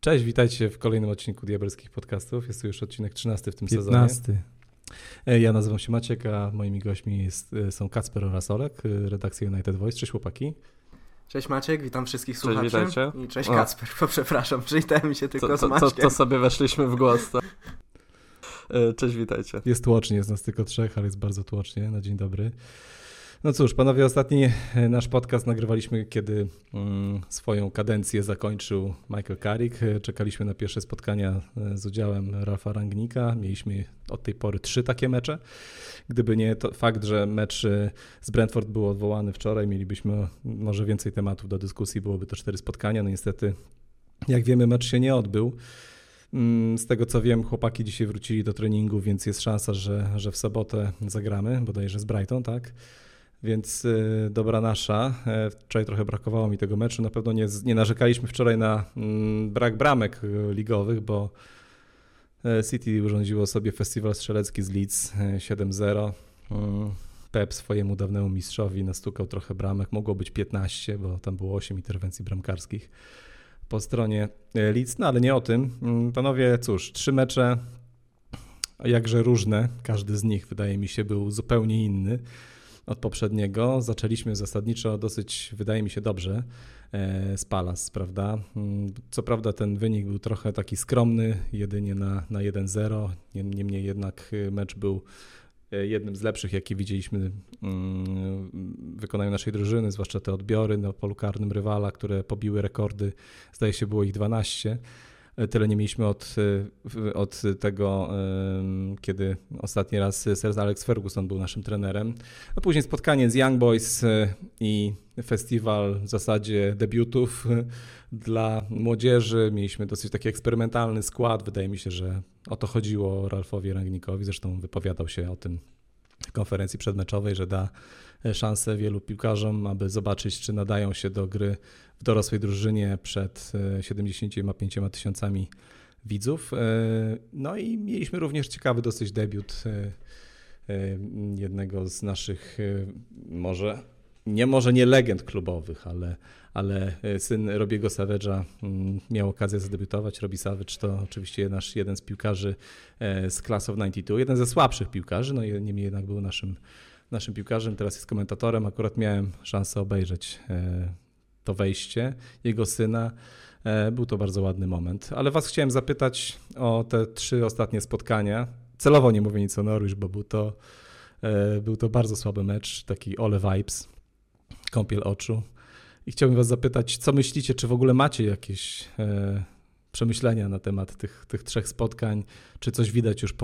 Cześć, witajcie w kolejnym odcinku Diabelskich Podcastów. Jest to już odcinek 13 w tym 15. sezonie. Ja nazywam się Maciek, a moimi gośćmi są Kacper oraz Olek, redakcja United Voice. Cześć chłopaki. Cześć Maciek, witam wszystkich Cześć, słuchaczy. witajcie. I cześć Kacper, przepraszam, przywitałem się tylko z Maćkiem. To sobie weszliśmy w głos. To. Cześć, witajcie. Jest tłocznie, jest nas tylko trzech, ale jest bardzo tłocznie. Na dzień dobry. No cóż, panowie, ostatni nasz podcast nagrywaliśmy, kiedy swoją kadencję zakończył Michael Carrick. Czekaliśmy na pierwsze spotkania z udziałem Ralfa Rangnicka. Mieliśmy od tej pory 3 takie mecze. Gdyby nie fakt, że mecz z Brentford był odwołany wczoraj, mielibyśmy może więcej tematów do dyskusji, byłoby to 4 spotkania. No niestety, jak wiemy, mecz się nie odbył. Z tego co wiem, chłopaki dzisiaj wrócili do treningu, więc jest szansa, że w sobotę zagramy, bodajże z Brighton, tak? Więc dobra nasza. Wczoraj trochę brakowało mi tego meczu. Na pewno nie narzekaliśmy wczoraj na brak bramek ligowych, bo City urządziło sobie festiwal strzelecki z Leeds 7-0. Pep swojemu dawnemu mistrzowi nastukał trochę bramek. Mogło być 15, bo tam było 8 interwencji bramkarskich po stronie Leeds. No ale nie o tym. Panowie, cóż, 3 mecze, jakże różne. Każdy z nich, wydaje mi się, był zupełnie inny od poprzedniego. Zaczęliśmy zasadniczo dosyć, wydaje mi się, dobrze z Palace, prawda? Co prawda ten wynik był trochę taki skromny, jedynie na 1-0. Niemniej jednak mecz był jednym z lepszych, jaki widzieliśmy w wykonaniu naszej drużyny, zwłaszcza te odbiory na polu karnym rywala, które pobiły rekordy. Zdaje się, było ich 12. Tyle nie mieliśmy od tego, kiedy ostatni raz Sir Alex Ferguson był naszym trenerem. A później spotkanie z Young Boys i festiwal w zasadzie debiutów dla młodzieży. Mieliśmy dosyć taki eksperymentalny skład. Wydaje mi się, że o to chodziło Ralfowi Rangnickowi. Zresztą wypowiadał się o tym w konferencji przedmeczowej, że da szansę wielu piłkarzom, aby zobaczyć, czy nadają się do gry w dorosłej drużynie przed 75 tysiącami widzów. No i mieliśmy również ciekawy dosyć debiut jednego z naszych może nie legend klubowych, ale syn Robiego Savage'a miał okazję zadebiutować. Robbie Savage to oczywiście jeden z piłkarzy z Class of 92, jeden ze słabszych piłkarzy, no niemniej jednak był naszym piłkarzem, teraz jest komentatorem. Akurat miałem szansę obejrzeć to wejście jego syna. Był to bardzo ładny moment. Ale was chciałem zapytać o te 3 ostatnie spotkania. Celowo nie mówię nic o Norwich, bo był to bardzo słaby mecz, taki Ole vibes, kąpiel oczu. I chciałbym was zapytać, co myślicie, czy w ogóle macie jakieś przemyślenia na temat tych 3 spotkań, czy coś widać już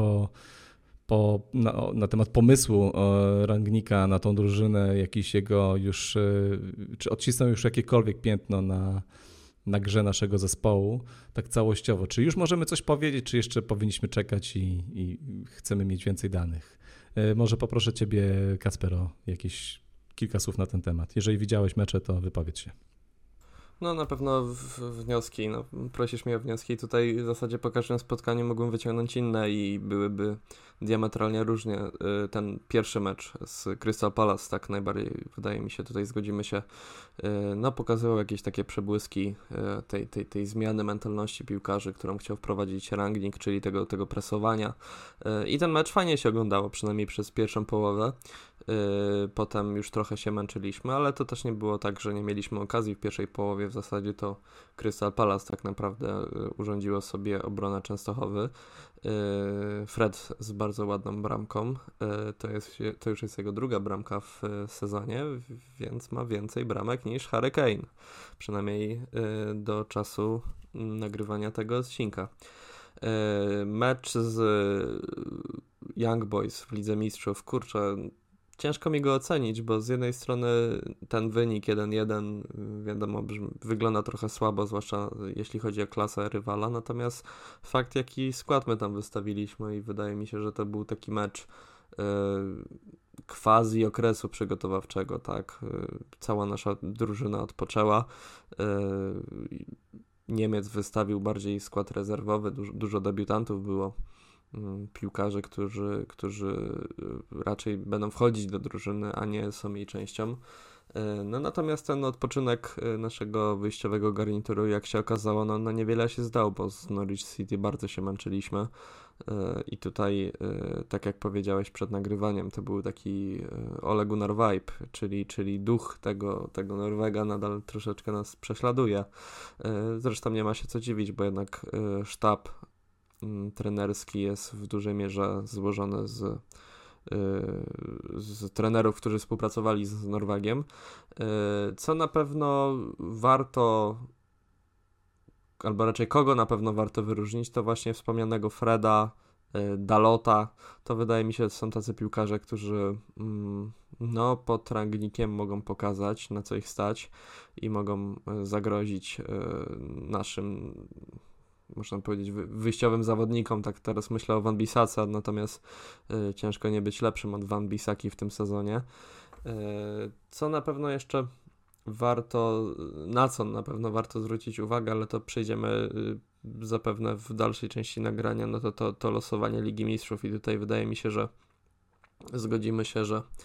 na temat pomysłu Rangnicka na tą drużynę, jakiś jego już, czy odcisnął już jakiekolwiek piętno na grze naszego zespołu, tak całościowo. Czy już możemy coś powiedzieć, czy jeszcze powinniśmy czekać i chcemy mieć więcej danych? Może poproszę ciebie, Kacper, o jakieś kilka słów na ten temat. Jeżeli widziałeś mecze, to wypowiedz się. No na pewno wnioski, prosisz mnie o wnioski. Tutaj w zasadzie po każdym spotkaniu mogłem wyciągnąć inne i byłyby diametralnie różnie. Ten pierwszy mecz z Crystal Palace, tak najbardziej wydaje mi się, tutaj zgodzimy się, pokazywał jakieś takie przebłyski tej zmiany mentalności piłkarzy, którą chciał wprowadzić Rangnick, czyli tego presowania. I ten mecz fajnie się oglądało, przynajmniej przez pierwszą połowę. Potem już trochę się męczyliśmy, ale to też nie było tak, że nie mieliśmy okazji w pierwszej połowie. W zasadzie to Crystal Palace tak naprawdę urządziło sobie obronę Częstochowy. Fred z bardzo ładną bramką, to już jest jego 2. bramka w sezonie, więc ma więcej bramek niż Harry Kane, przynajmniej do czasu nagrywania tego odcinka. Mecz z Young Boys w Lidze Mistrzów, kurczę, ciężko mi go ocenić, bo z jednej strony ten wynik 1-1 wiadomo wygląda trochę słabo, zwłaszcza jeśli chodzi o klasę rywala, natomiast fakt jaki skład my tam wystawiliśmy i wydaje mi się, że to był taki mecz quasi okresu przygotowawczego, tak, cała nasza drużyna odpoczęła, Niemiec wystawił bardziej skład rezerwowy, dużo debiutantów było, piłkarze, którzy raczej będą wchodzić do drużyny, a nie są jej częścią. No natomiast ten odpoczynek naszego wyjściowego garnituru, jak się okazało, no niewiele się zdał, bo z Norwich City bardzo się męczyliśmy i tutaj, tak jak powiedziałeś przed nagrywaniem, to był taki Ole Gunnar vibe, czyli duch tego Norwega nadal troszeczkę nas prześladuje. Zresztą nie ma się co dziwić, bo jednak sztab trenerski jest w dużej mierze złożony z trenerów, którzy współpracowali z Norwegiem. Co na pewno warto, albo raczej kogo na pewno warto wyróżnić, to właśnie wspomnianego Freda, Dalota. To wydaje mi się, są tacy piłkarze, którzy no pod rangnikiem mogą pokazać, na co ich stać i mogą zagrozić naszym, można powiedzieć, wyjściowym zawodnikom. Tak teraz myślę o Van Bissace, natomiast ciężko nie być lepszym od Van Bissaki w tym sezonie. Co na pewno jeszcze na co na pewno warto zwrócić uwagę, ale to przejdziemy zapewne w dalszej części nagrania, no to losowanie Ligi Mistrzów i tutaj wydaje mi się, że zgodzimy się, że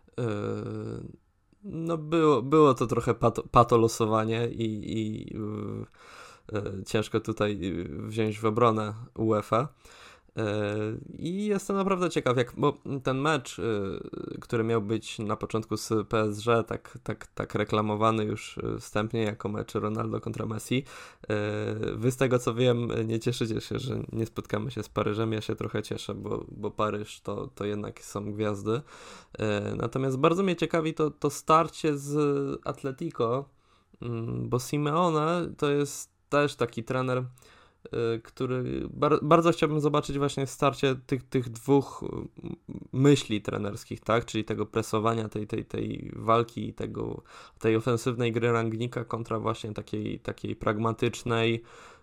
no było to trochę patolosowanie i ciężko tutaj wziąć w obronę UEFA. I jestem naprawdę ciekaw, bo ten mecz, który miał być na początku z PSG, tak reklamowany już wstępnie jako mecz Ronaldo kontra Messi, wy z tego co wiem nie cieszycie się, że nie spotkamy się z Paryżem. Ja się trochę cieszę, bo Paryż to jednak są gwiazdy. Natomiast bardzo mnie ciekawi to starcie z Atletico, bo Simeone to jest też taki trener, który bardzo chciałbym zobaczyć właśnie starcie tych dwóch myśli trenerskich, tak? Czyli tego presowania, tej walki, tej ofensywnej gry Rangnika kontra właśnie takiej pragmatycznej,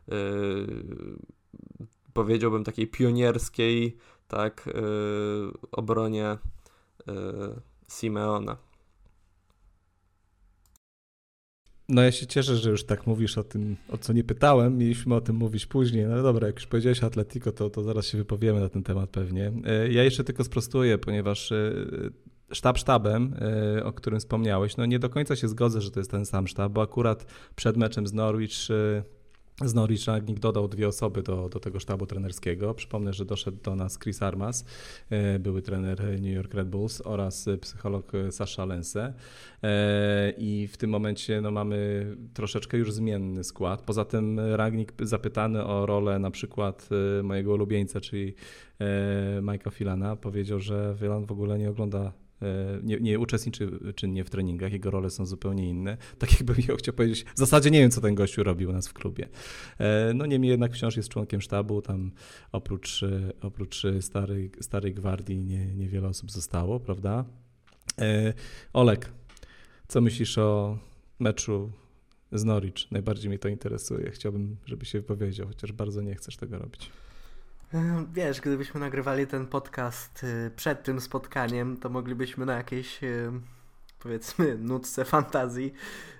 powiedziałbym takiej pionierskiej, tak, obronie Simeona. No ja się cieszę, że już tak mówisz o tym, o co nie pytałem. Mieliśmy o tym mówić później. No dobra, jak już powiedziałeś o Atletico, to zaraz się wypowiemy na ten temat pewnie. Ja jeszcze tylko sprostuję, ponieważ sztabem, o którym wspomniałeś, no nie do końca się zgodzę, że to jest ten sam sztab, bo akurat przed meczem z Norwich Rangnick dodał 2 osoby do tego sztabu trenerskiego. Przypomnę, że doszedł do nas Chris Armas, były trener New York Red Bulls, oraz psycholog Sasha Lense. I w tym momencie no, mamy troszeczkę już zmienny skład. Poza tym Rangnick zapytany o rolę na przykład mojego ulubieńca, czyli Mike'a Philana, powiedział, że Phelan w ogóle nie ogląda, nie uczestniczy czynnie w treningach, jego role są zupełnie inne. Tak jakbym chciał powiedzieć, w zasadzie nie wiem, co ten gościu robił u nas w klubie. No niemniej jednak wciąż jest członkiem sztabu, tam oprócz starej gwardii niewiele osób zostało, prawda? Olek, co myślisz o meczu z Norwich? Najbardziej mnie to interesuje. Chciałbym, żebyś się wypowiedział, chociaż bardzo nie chcesz tego robić. Wiesz, gdybyśmy nagrywali ten podcast przed tym spotkaniem, to moglibyśmy na jakiejś, powiedzmy, nutce fantazji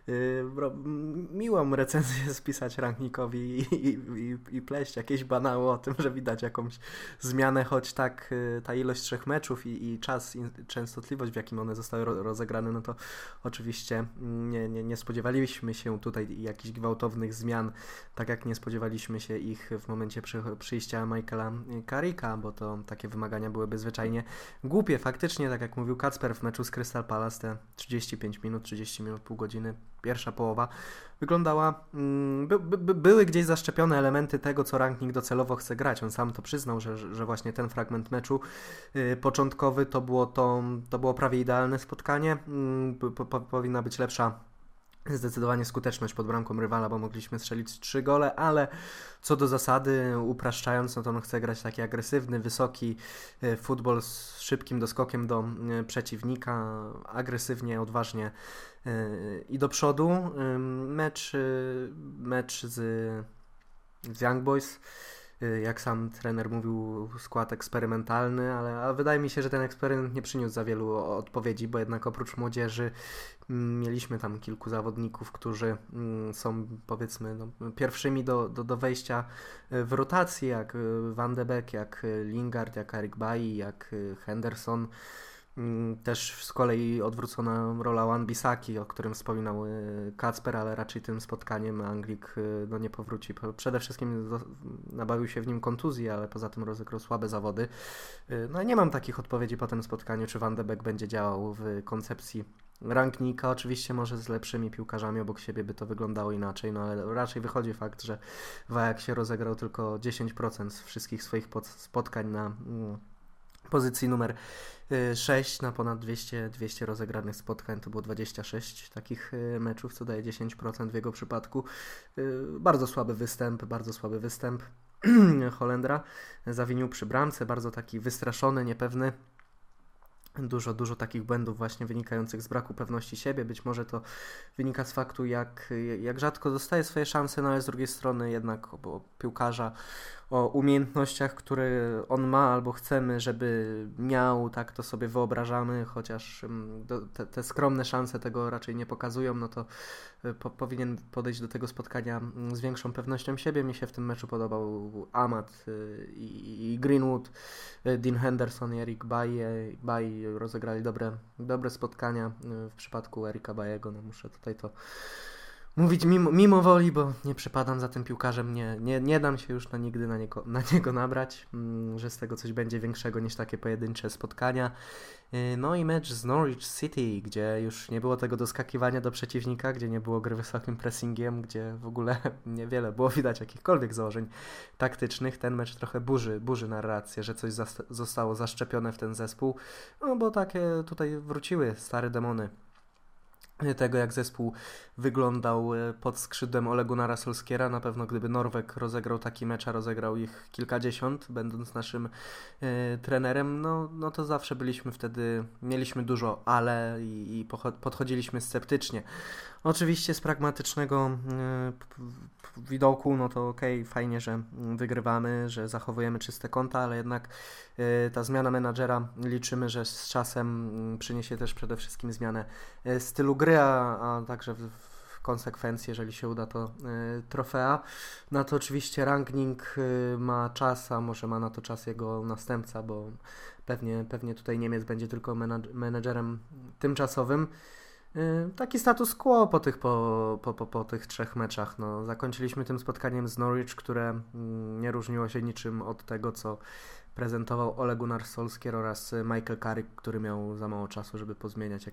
miłą recenzję spisać Rangnickowi i pleść jakieś banały o tym, że widać jakąś zmianę, choć tak ta ilość 3 meczów i czas, częstotliwość, w jakim one zostały rozegrane, no to oczywiście nie spodziewaliśmy się tutaj jakichś gwałtownych zmian, tak jak nie spodziewaliśmy się ich w momencie przyjścia Michaela Carricka, bo to takie wymagania byłyby zwyczajnie głupie. Faktycznie, tak jak mówił Kacper, w meczu z Crystal Palace te 35 minut, 30 minut, pół godziny, pierwsza połowa wyglądała, były gdzieś zaszczepione elementy tego, co Rangnick docelowo chce grać. On sam to przyznał, że właśnie ten fragment meczu początkowy to było prawie idealne spotkanie. Powinna być lepsza zdecydowanie skuteczność pod bramką rywala, bo mogliśmy strzelić 3 gole, ale co do zasady, upraszczając, no to on chce grać taki agresywny, wysoki futbol z szybkim doskokiem do przeciwnika, agresywnie, odważnie i do przodu. Mecz z Young Boys, jak sam trener mówił, skład eksperymentalny, ale wydaje mi się, że ten eksperyment nie przyniósł za wielu odpowiedzi, bo jednak oprócz młodzieży mieliśmy tam kilku zawodników, którzy są, powiedzmy, pierwszymi do wejścia w rotacji, jak Van de Beek, jak Lingard, jak Eric Bailly, jak Henderson. Też z kolei odwrócona rola Wan-Bissaki, o którym wspominał Kacper, ale raczej tym spotkaniem Anglik nie powróci. Przede wszystkim nabawił się w nim kontuzji, ale poza tym rozegrał słabe zawody. No i nie mam takich odpowiedzi po tym spotkaniu, czy Van de Beek będzie działał w koncepcji Rangnicka. Oczywiście może z lepszymi piłkarzami obok siebie by to wyglądało inaczej, no ale raczej wychodzi fakt, że w Ajaxie rozegrał tylko 10% z wszystkich swoich spotkań na pozycji numer 6 na ponad 200 rozegranych spotkań, to było 26 takich meczów, co daje 10% w jego przypadku. Bardzo słaby występ Holendra. Zawinił przy bramce, bardzo taki wystraszony, niepewny. Dużo takich błędów właśnie wynikających z braku pewności siebie. Być może to wynika z faktu, jak rzadko dostaje swoje szanse, no ale z drugiej strony jednak piłkarza o umiejętnościach, które on ma albo chcemy, żeby miał, tak to sobie wyobrażamy, chociaż te skromne szanse tego raczej nie pokazują, no to powinien podejść do tego spotkania z większą pewnością siebie. Mi się w tym meczu podobał Amat i Greenwood, Dean Henderson i Eric Bailly rozegrali dobre spotkania. W przypadku Erika Bailly'ego, no muszę tutaj to mówić mimo woli, bo nie przepadam za tym piłkarzem, nie dam się już nigdy na niego nabrać, że z tego coś będzie większego niż takie pojedyncze spotkania. No i mecz z Norwich City, gdzie już nie było tego doskakiwania do przeciwnika, gdzie nie było gry wysokim pressingiem, gdzie w ogóle niewiele było widać jakichkolwiek założeń taktycznych. Ten mecz trochę burzy narrację, że coś zostało zaszczepione w ten zespół, no bo takie tutaj wróciły stare demony tego, jak zespół wyglądał pod skrzydłem Ole Gunnara Solskjaera. Na pewno gdyby Norweg rozegrał taki mecz, a rozegrał ich kilkadziesiąt, będąc naszym trenerem, no to zawsze mieliśmy dużo ale i podchodziliśmy sceptycznie. Oczywiście z pragmatycznego widoku, no to okej, fajnie, że wygrywamy, że zachowujemy czyste konta, ale jednak ta zmiana menadżera liczymy, że z czasem przyniesie też przede wszystkim zmianę stylu gry, a także w konsekwencji, jeżeli się uda, to trofea. Na to oczywiście Rangnick ma czas, a może ma na to czas jego następca, bo pewnie tutaj Niemiec będzie tylko menedżerem tymczasowym. Taki status quo po tych 3 meczach. No, zakończyliśmy tym spotkaniem z Norwich, które nie różniło się niczym od tego, co prezentował Ole Gunnar Solskjaer oraz Michael Carrick, który miał za mało czasu, żeby pozmieniać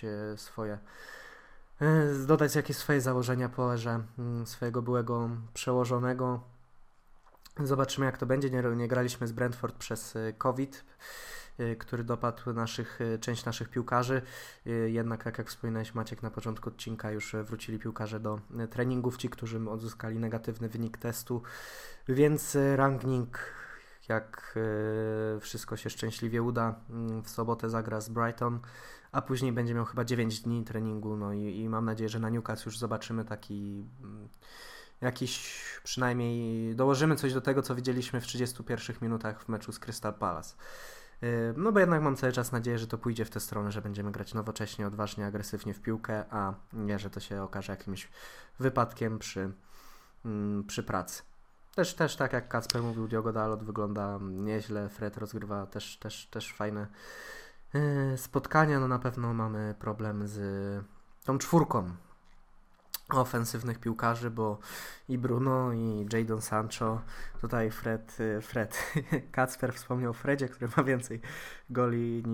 dodać jakieś swoje założenia po erze swojego byłego przełożonego. Zobaczymy, jak to będzie. Nie graliśmy z Brentford przez COVID, który dopadł część naszych piłkarzy. Jednak, jak wspominałeś, Maciek, na początku odcinka już wrócili piłkarze do treningów, ci, którzy odzyskali negatywny wynik testu, więc Rangnick, jak wszystko się szczęśliwie uda, w sobotę zagra z Brighton, a później będzie miał chyba 9 dni treningu, no i mam nadzieję, że na Newcastle już zobaczymy taki jakiś, przynajmniej dołożymy coś do tego, co widzieliśmy w 31 minutach w meczu z Crystal Palace. No bo jednak mam cały czas nadzieję, że to pójdzie w tę stronę, że będziemy grać nowocześnie, odważnie, agresywnie w piłkę, a nie, że to się okaże jakimś wypadkiem przy pracy. Też tak jak Kacper mówił, Diogo Dalot wygląda nieźle, Fred rozgrywa też fajne spotkania. No na pewno mamy problem z tą 4 ofensywnych piłkarzy, bo i Bruno, i Jadon Sancho, tutaj Fred Kacper wspomniał o Fredzie, który ma więcej goli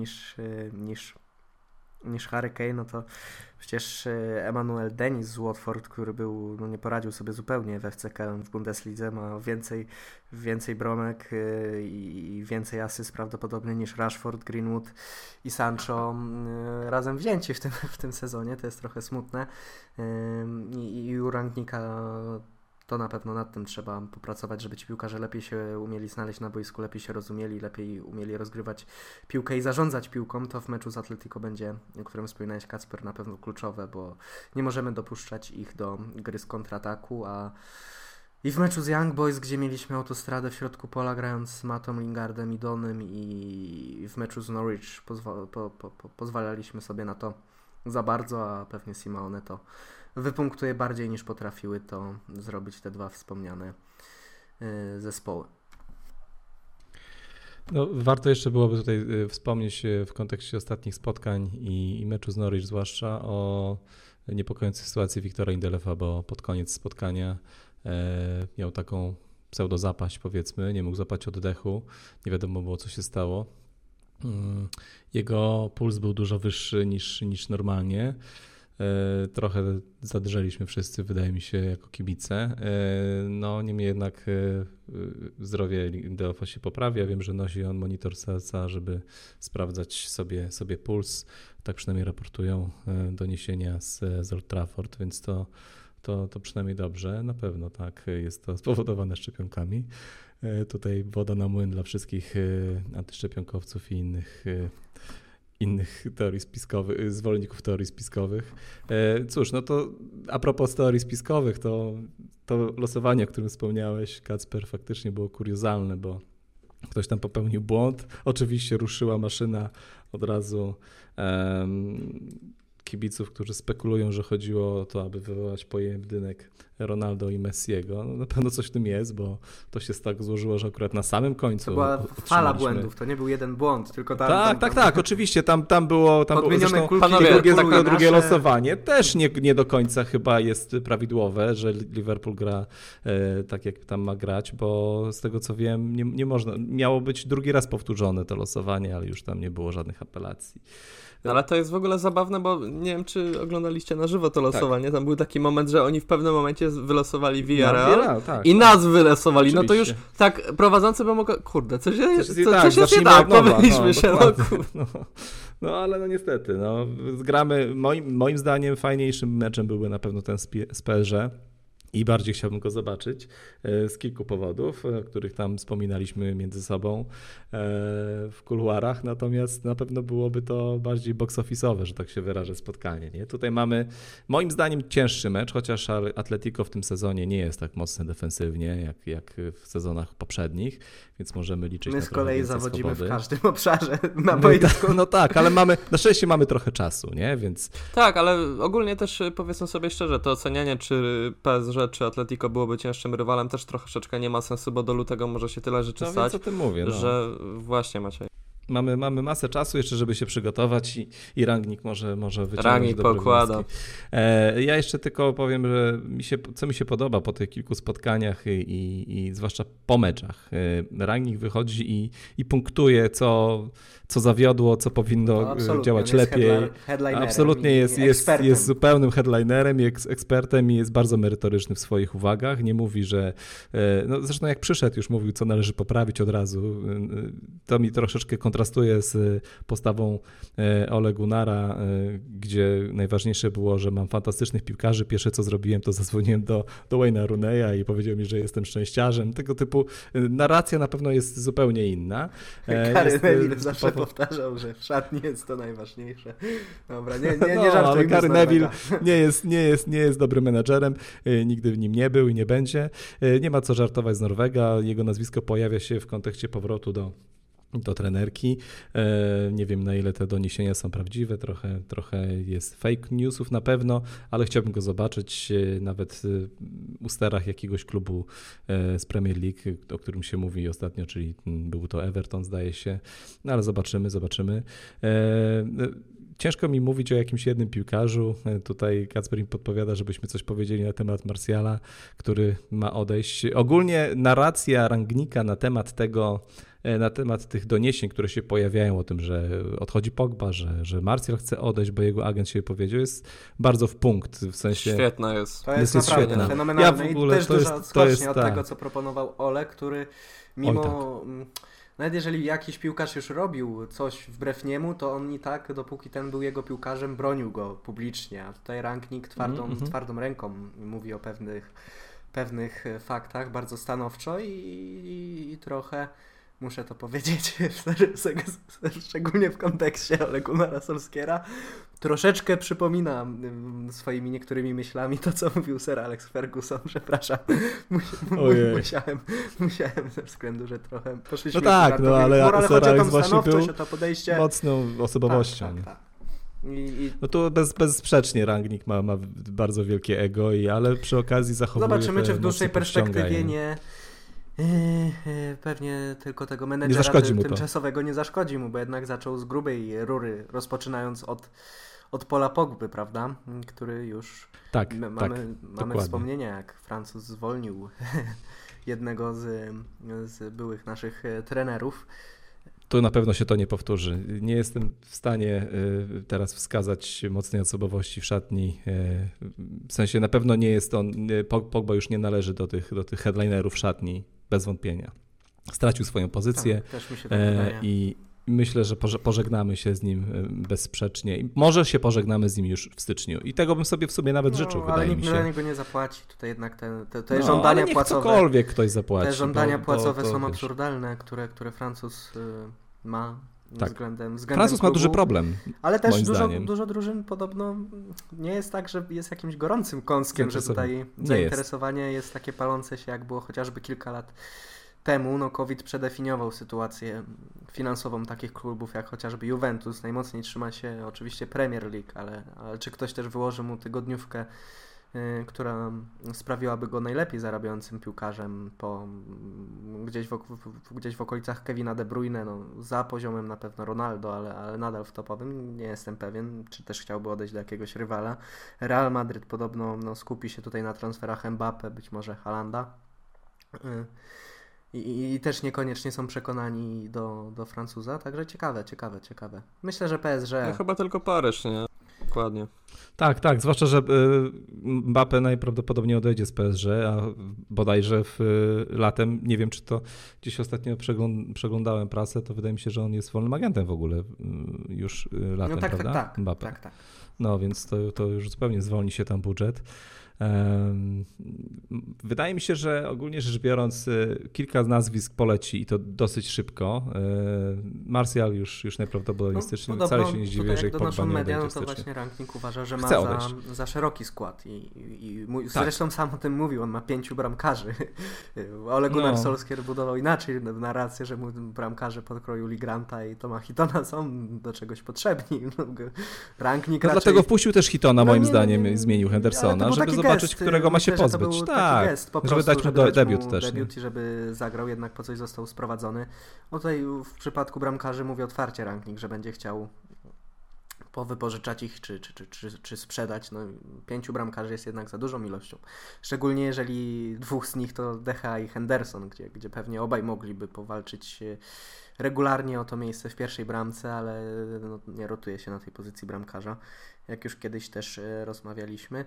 niż Harry Kane, no to przecież Emmanuel Dennis z Watford, który nie poradził sobie zupełnie w FC Köln w Bundeslidze, ma więcej bramek i więcej asyst prawdopodobnie niż Rashford, Greenwood i Sancho razem wzięci w tym sezonie. To jest trochę smutne i u Rangnicka to na pewno nad tym trzeba popracować, żeby ci piłkarze lepiej się umieli znaleźć na boisku, lepiej się rozumieli, lepiej umieli rozgrywać piłkę i zarządzać piłką. To w meczu z Atletico będzie, o którym wspominałeś, Kacper, na pewno kluczowe, bo nie możemy dopuszczać ich do gry z kontrataku, i w meczu z Young Boys, gdzie mieliśmy autostradę w środku pola, grając z Mattom Lingardem i Donym, i w meczu z Norwich pozwalaliśmy sobie na to za bardzo, a pewnie Simeone to wypunktuje bardziej niż potrafiły to zrobić te 2 wspomniane zespoły. No, warto jeszcze byłoby tutaj wspomnieć w kontekście ostatnich spotkań i meczu z Norwich zwłaszcza o niepokojącej sytuacji Wiktora Indelefa, bo pod koniec spotkania miał taką pseudozapaść, powiedzmy, nie mógł złapać oddechu, nie wiadomo było, co się stało. Jego puls był dużo wyższy niż normalnie. Trochę zadrżeliśmy wszyscy, wydaje mi się, jako kibice. No, niemniej jednak zdrowie Indelefa się poprawia. Wiem, że nosi on monitor serca, żeby sprawdzać sobie puls. Tak przynajmniej raportują doniesienia z Old Trafford, więc to przynajmniej dobrze. Na pewno tak, jest to spowodowane szczepionkami. Tutaj woda na młyn dla wszystkich antyszczepionkowców i innych teorii spiskowych, zwolenników teorii spiskowych. Cóż, no to a propos teorii spiskowych, to losowanie, o którym wspomniałeś, Kacper, faktycznie było kuriozalne, bo ktoś tam popełnił błąd. Oczywiście ruszyła maszyna od razu kibiców, którzy spekulują, że chodziło o to, aby wywołać pojedynek Ronaldo i Messiego. No, na pewno coś w tym jest, bo to się tak złożyło, że akurat na samym końcu to była fala błędów, to nie był jeden błąd, tylko Tak, oczywiście, tam było zresztą drugie losowanie też nie do końca chyba jest prawidłowe, że Liverpool gra tak, jak tam ma grać, bo z tego co wiem, nie można, miało być drugi raz powtórzone to losowanie, ale już tam nie było żadnych apelacji. No, ale to jest w ogóle zabawne, bo nie wiem, czy oglądaliście na żywo to losowanie. Tak. Tam był taki moment, że oni w pewnym momencie wylosowali Villarreal i nas wylosowali. Oczywiście. No to już tak prowadzący by mogło... Kurde, coś jest nie tak, pomyliśmy się. No ale niestety, zgramy, moim zdaniem fajniejszym meczem byłby na pewno ten z PSG. I bardziej chciałbym go zobaczyć z kilku powodów, o których tam wspominaliśmy między sobą w kuluarach, natomiast na pewno byłoby to bardziej box office'owe, że tak się wyrażę, spotkanie. Nie? Tutaj mamy moim zdaniem cięższy mecz, chociaż Atletico w tym sezonie nie jest tak mocno defensywnie jak w sezonach poprzednich, więc możemy liczyć na trochę więcej swobody. My z kolei zawodzimy w każdym obszarze na boisku. No tak, ale na szczęście mamy trochę czasu, nie? Więc... Tak, ale ogólnie też powiedzmy sobie szczerze, to ocenianie, czy PSG czy Atletico byłoby cięższym rywalem, też troszeczkę nie ma sensu, bo do lutego może się tyle rzeczy stać, o tym mówię, że właśnie Maciej. Mamy masę czasu jeszcze, żeby się przygotować i Rangnick może wyciągnąć Rangnick pokłada. Ja jeszcze tylko powiem, że co mi się podoba po tych kilku spotkaniach i zwłaszcza po meczach. Rangnick wychodzi i punktuje, co zawiodło, co powinno działać lepiej. Absolutnie jest zupełnym headlinerem, jest ekspertem i jest bardzo merytoryczny w swoich uwagach. Nie mówi, że... zresztą jak przyszedł, już mówił, co należy poprawić od razu. To mi troszeczkę kontrastuje z postawą Ole Gunnara, gdzie najważniejsze było, że mam fantastycznych piłkarzy. Pierwsze, co zrobiłem, to zadzwoniłem do Wayne'a Rooneya i powiedział mi, że jestem szczęściarzem. Tego typu narracja na pewno jest zupełnie inna. Gary Neville zawsze powtarzał, że w szatni jest to najważniejsze. Dobra, nie żartujmy. Ale Gary Neville nie jest dobrym menadżerem, nigdy nim nie był i nie będzie. Nie ma co żartować z Norwega. Jego nazwisko pojawia się w kontekście powrotu do trenerki. Nie wiem, na ile te doniesienia są prawdziwe, trochę jest fake newsów na pewno, ale chciałbym go zobaczyć nawet u sterach jakiegoś klubu z Premier League, o którym się mówi ostatnio, czyli był to Everton, zdaje się, no ale zobaczymy. Ciężko mi mówić o jakimś jednym piłkarzu. Tutaj Kacper mi podpowiada, żebyśmy coś powiedzieli na temat Martiala, który ma odejść. Ogólnie narracja Rangnicka na temat tych doniesień, które się pojawiają o tym, że odchodzi Pogba, że Martial chce odejść, bo jego agent się wypowiedział, jest bardzo w punkt, w sensie... Świetna jest. To jest naprawdę fenomenalne. Ja w ogóle, i też duża odskocznia od tego, co proponował Ole, który mimo... Nawet jeżeli jakiś piłkarz już robił coś wbrew niemu, to on i tak, dopóki ten był jego piłkarzem, bronił go publicznie. A tutaj Rangnick twardą ręką mówi o pewnych faktach bardzo stanowczo i trochę, muszę to powiedzieć, szczególnie w kontekście Ole Gunnara Solskjaera, troszeczkę przypomina swoimi niektórymi myślami to, co mówił Sir Alex Ferguson. Przepraszam. Musiałem ze względu, że trochę poszliśmy... No tak, ale Sir Alex właśnie był to podejście... mocną osobowością. Tak. No tu bezsprzecznie Rangnick ma bardzo wielkie ego, ale przy okazji zachowuje... Zobaczymy, czy w dłuższej perspektywie Pewnie tylko tego menedżera tymczasowego to. nie zaszkodzi mu, bo jednak zaczął z grubej rury, rozpoczynając od Paula Pogby, prawda? Który już mamy wspomnienia, jak Francuz zwolnił jednego z byłych naszych trenerów. Tu na pewno się to nie powtórzy. Nie jestem w stanie teraz wskazać mocnej osobowości w szatni. W sensie na pewno nie jest on, Pogba już nie należy do tych headlinerów szatni, bez wątpienia. Stracił swoją pozycję tak, też mi się tak wydaje. I myślę, że pożegnamy się z nim bezsprzecznie. I może się pożegnamy z nim już w styczniu. I tego bym sobie w sumie nawet życzył, wydaje mi się. Ale nikt na niego nie zapłaci. Tutaj jednak te żądania ale płacowe. Ktokolwiek ktoś zapłaci. Te żądania płacowe są absurdalne, które Francuz ma względem Francuz klubu. ma duży problem. Ale też dużo drużyn podobno nie jest tak, że jest jakimś gorącym kąskiem, że tutaj zainteresowanie jest takie palące się, jak było chociażby kilka lat temu. No, COVID przedefiniował sytuację finansową takich klubów jak chociażby Juventus. Najmocniej trzyma się oczywiście Premier League, ale czy ktoś też wyłoży mu tygodniówkę, która sprawiłaby go najlepiej zarabiającym piłkarzem gdzieś w okolicach Kevina De Bruyne, no, za poziomem na pewno Ronaldo, ale nadal w topowym, nie jestem pewien, czy też chciałby odejść do jakiegoś rywala. Real Madryt podobno skupi się tutaj na transferach Mbappé, być może Haalanda. I też niekoniecznie są przekonani do Francuza, także ciekawe. Myślę, że PSG... No chyba tylko Paryż, nie? Dokładnie. Tak, zwłaszcza, że Mbappé najprawdopodobniej odejdzie z PSG, a bodajże latem, nie wiem czy to gdzieś ostatnio przeglądałem prasę, to wydaje mi się, że on jest wolnym agentem w ogóle już latem, no tak, prawda? Tak, Mbappé. Tak. No więc to już zupełnie zwolni się tam budżet. Wydaje mi się, że ogólnie rzecz biorąc kilka nazwisk poleci i to dosyć szybko. Martial już najprawdopodobniej styczniu. Wcale się nie zdziwię, że Pogba nie odejdzie media, w styczniu. to właśnie Rangnick uważa, że ma za szeroki skład zresztą sam o tym mówił, on ma 5 bramkarzy. Ole Gunnar Solskjaer budował inaczej narrację, że mu bramkarze podkroju Lee Granta i Toma Hitona są do czegoś potrzebni. Rangnick raczej... Dlatego wpuścił też Hitona, moim zdaniem, zmienił Hendersona, żeby zobaczyć, którego ma się pozbyć. Tak, gest, po żeby prostu, dać mu debiut też. Debiut i żeby zagrał, jednak po coś został sprowadzony. No tutaj w przypadku bramkarzy mówi otwarcie Rangnick, że będzie chciał powypożyczać ich czy sprzedać. No, 5 bramkarzy jest jednak za dużą ilością. Szczególnie jeżeli 2 z nich to Decha i Henderson, gdzie pewnie obaj mogliby powalczyć regularnie o to miejsce w pierwszej bramce, ale nie rotuje się na tej pozycji bramkarza, jak już kiedyś też rozmawialiśmy.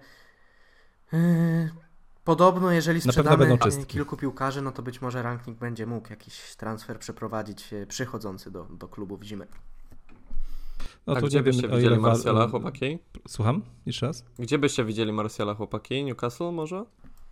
Podobno, jeżeli sprzedamy kilku piłkarzy, no to być może Rangnick będzie mógł jakiś transfer przeprowadzić przychodzący do klubu w zimę. No to gdzie byście widzieli Martiala, chłopaki? Słucham? Jeszcze raz? Gdzie byście widzieli Martiala, chłopaki? Newcastle może?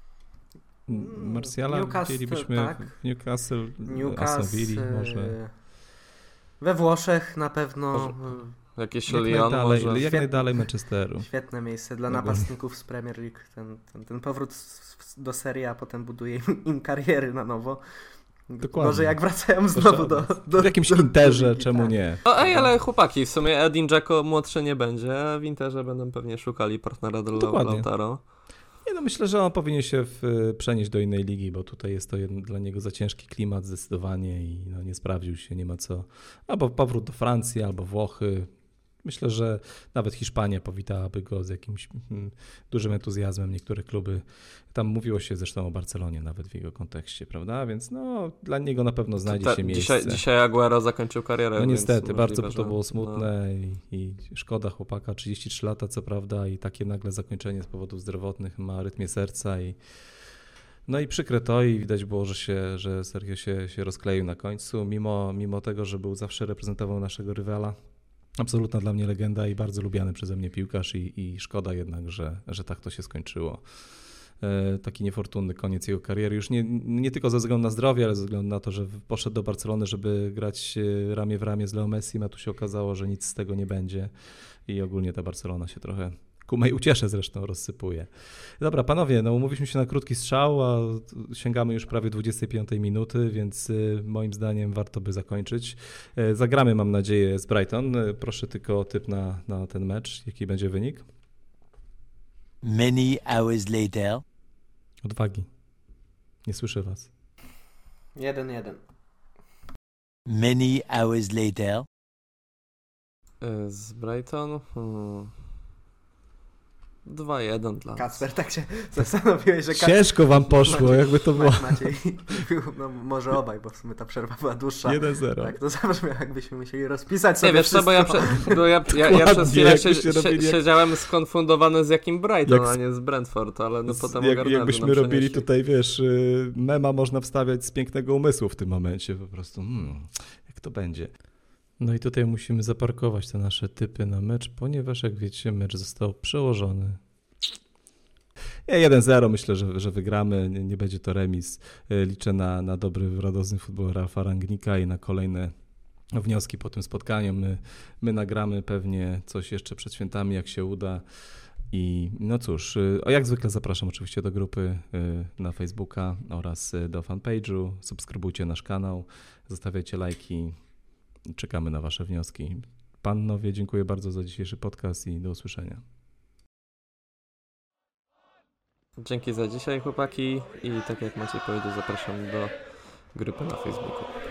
Martiala widzielibyśmy w Newcastle, Aston Villa może. We Włoszech na pewno... Jakieś Lyon może. Jak najdalej Manchesteru. Świetne miejsce dla napastników z Premier League. Ten powrót do serii A potem buduje im kariery na nowo. Dokładnie. Może jak wracają znowu w jakimś Interze, czemu nie? Ale chłopaki, w sumie Edin Dzeko młodszy nie będzie, a w Interze będą pewnie szukali partnera do Lautaro. Nie, myślę, że on powinien się przenieść do innej ligi, bo tutaj jest to dla niego za ciężki klimat zdecydowanie i nie sprawdził się, nie ma co. Albo powrót do Francji, albo Włochy. Myślę, że nawet Hiszpania powitałaby go z jakimś dużym entuzjazmem. Niektóre kluby, tam mówiło się zresztą o Barcelonie nawet w jego kontekście, prawda? Więc dla niego na pewno znajdzie się miejsce. Dzisiaj Aguero zakończył karierę. No niestety, bardzo to było smutne i szkoda chłopaka, 33 lata co prawda i takie nagle zakończenie z powodów zdrowotnych, ma rytmie serca i przykre to i widać było, że Sergio się rozkleił na końcu, mimo tego, że był zawsze reprezentował naszego rywala. Absolutna dla mnie legenda i bardzo lubiany przeze mnie piłkarz i szkoda jednak, że tak to się skończyło. Taki niefortunny koniec jego kariery. Już nie tylko ze względu na zdrowie, ale ze względu na to, że poszedł do Barcelony, żeby grać ramię w ramię z Leo Messim, a tu się okazało, że nic z tego nie będzie i ogólnie ta Barcelona się trochę ku mej uciesze zresztą rozsypuje. Dobra, panowie, umówiliśmy się na krótki strzał, a sięgamy już prawie 25 minuty, więc moim zdaniem warto by zakończyć. Zagramy, mam nadzieję, z Brighton. Proszę tylko o typ na ten mecz. Jaki będzie wynik? Many hours later. Odwagi. Nie słyszę was. 1-1. Many hours later. Z Brighton 2-1 dla nas. Kacper, tak się zastanowiłeś, że... Ciężko wam poszło, jakby to było. Maciej mówił, no może obaj, bo w sumie ta przerwa była dłuższa. 1-0. Tak, to zabrzmiało, jakbyśmy musieli rozpisać sobie nie, wiesz co, bo ja przez chwilę siedziałem skonfundowany z jakim Brighton, a nie z Brentford, ale no potem jakbyśmy robili tutaj, wiesz, mema można wstawiać z pięknego umysłu w tym momencie, po prostu, jak to będzie. No i tutaj musimy zaparkować te nasze typy na mecz, ponieważ jak wiecie, mecz został przełożony. 1-0 myślę, że wygramy, nie będzie to remis. Liczę na dobry, radosny futbol Ralfa Rangnicka i na kolejne wnioski po tym spotkaniu. My nagramy pewnie coś jeszcze przed świętami, jak się uda. I no cóż, jak zwykle zapraszam oczywiście do grupy na Facebooka oraz do fanpage'u. Subskrybujcie nasz kanał, zostawiajcie lajki. Czekamy na wasze wnioski. Panowie, dziękuję bardzo za dzisiejszy podcast i do usłyszenia. Dzięki za dzisiaj, chłopaki, i tak jak Maciej powiedział, zapraszam do grupy na Facebooku.